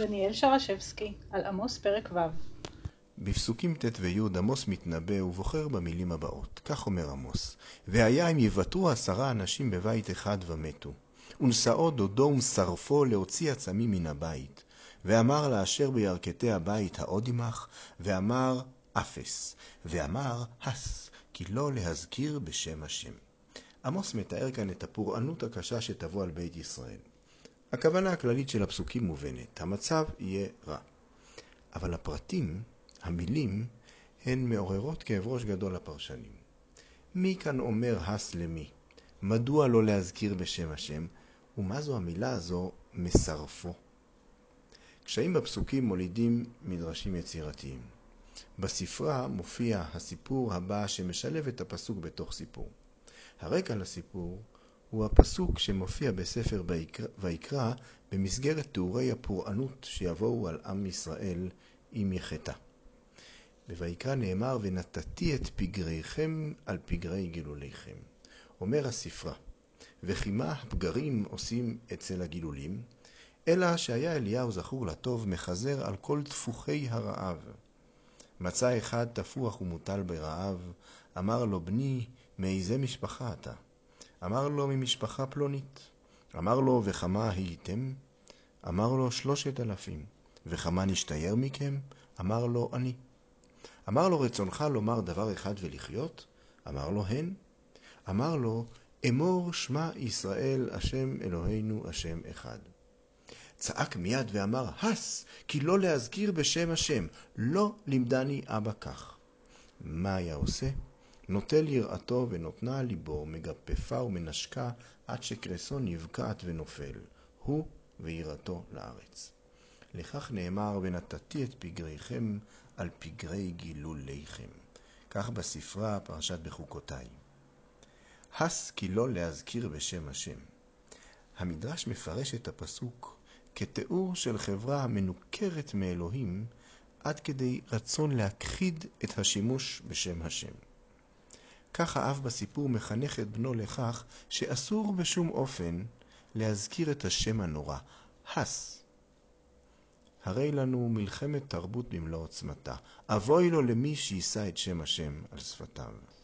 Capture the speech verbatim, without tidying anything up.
דניאל שרשבסקי על עמוס פרק ו'. בפסוקים ט' וי' עמוס מתנבא ובוחר במילים הבאות. כך אומר עמוס: והיה אם יוותרו עשרה אנשים בבית אחד ומתו, ונשאו דודו ושרפו להוציא עצמים מן הבית, ואמר לאשר בירכתי הבית העוד עמך, ואמר אפס, ואמר הס, כי לא להזכיר בשם השם. עמוס מתאר כאן את הפורענות הקשה שתבוא על בית ישראל. הכוונה הכללית של הפסוקים מובנת, המצב יהיה רע. אבל הפרטים, המילים, הן מעוררות כאב ראש גדול לפרשנים. מי כאן אומר הס למי? מדוע לא להזכיר בשם השם? ומה זו המילה הזו מסרפו? קשיים בפסוקים מולידים מדרשים יצירתיים. בספרה מופיע הסיפור הבא שמשלב את הפסוק בתוך סיפור. הרקע לסיפור הוא הפסוק שמופיע בספר ויקרא במסגרת תיאורי הפורענות שיבואו על עם ישראל עם יחטא. בויקרא נאמר ונתתי את פגריכם על פגרי גילוליכם. אומר הספרה, וכי מה הפגרים עושים אצל הגילולים? אלא שהיה אליהו זכור לטוב מחזר על כל תפוחי הרעב. מצא אחד תפוח ומוטל ברעב, אמר לו בני מאיזה משפחה אתה? אמר לו ממשפחה פלונית. אמר לו וכמה הייתם? אמר לו שלושת אלפים. וכמה נשתייר מכם? אמר לו אני. אמר לו רצונך לומר דבר אחד ולחיות? אמר לו הן. אמר לו אמור שמע ישראל השם אלוהינו השם אחד. צעק מיד ואמר הס, כי לא להזכיר בשם השם, לא לימדני אבא כך. מה היה עושה? נוטל יראתו ונותנה ליבו, מגפפה ומנשקה עד שקרסו נבקעת ונופל, הוא ויראתו לארץ. לכך נאמר ונתתי את פגריכם על פגרי גילוליכם. כך בספרה פרשת בחוקותיי. הס כי לא להזכיר בשם השם. המדרש מפרש את הפסוק כתיאור של חברה המנוכרת מאלוהים עד כדי רצון להכחיד את השימוש בשם השם. כך האב בסיפור מחנך את בנו לכך שאסור בשום אופן להזכיר את השם הנורא, הס. הרי לנו מלחמת תרבות במלוא עוצמתה, אבוי לו למי שישא את שם השם על שפתיו.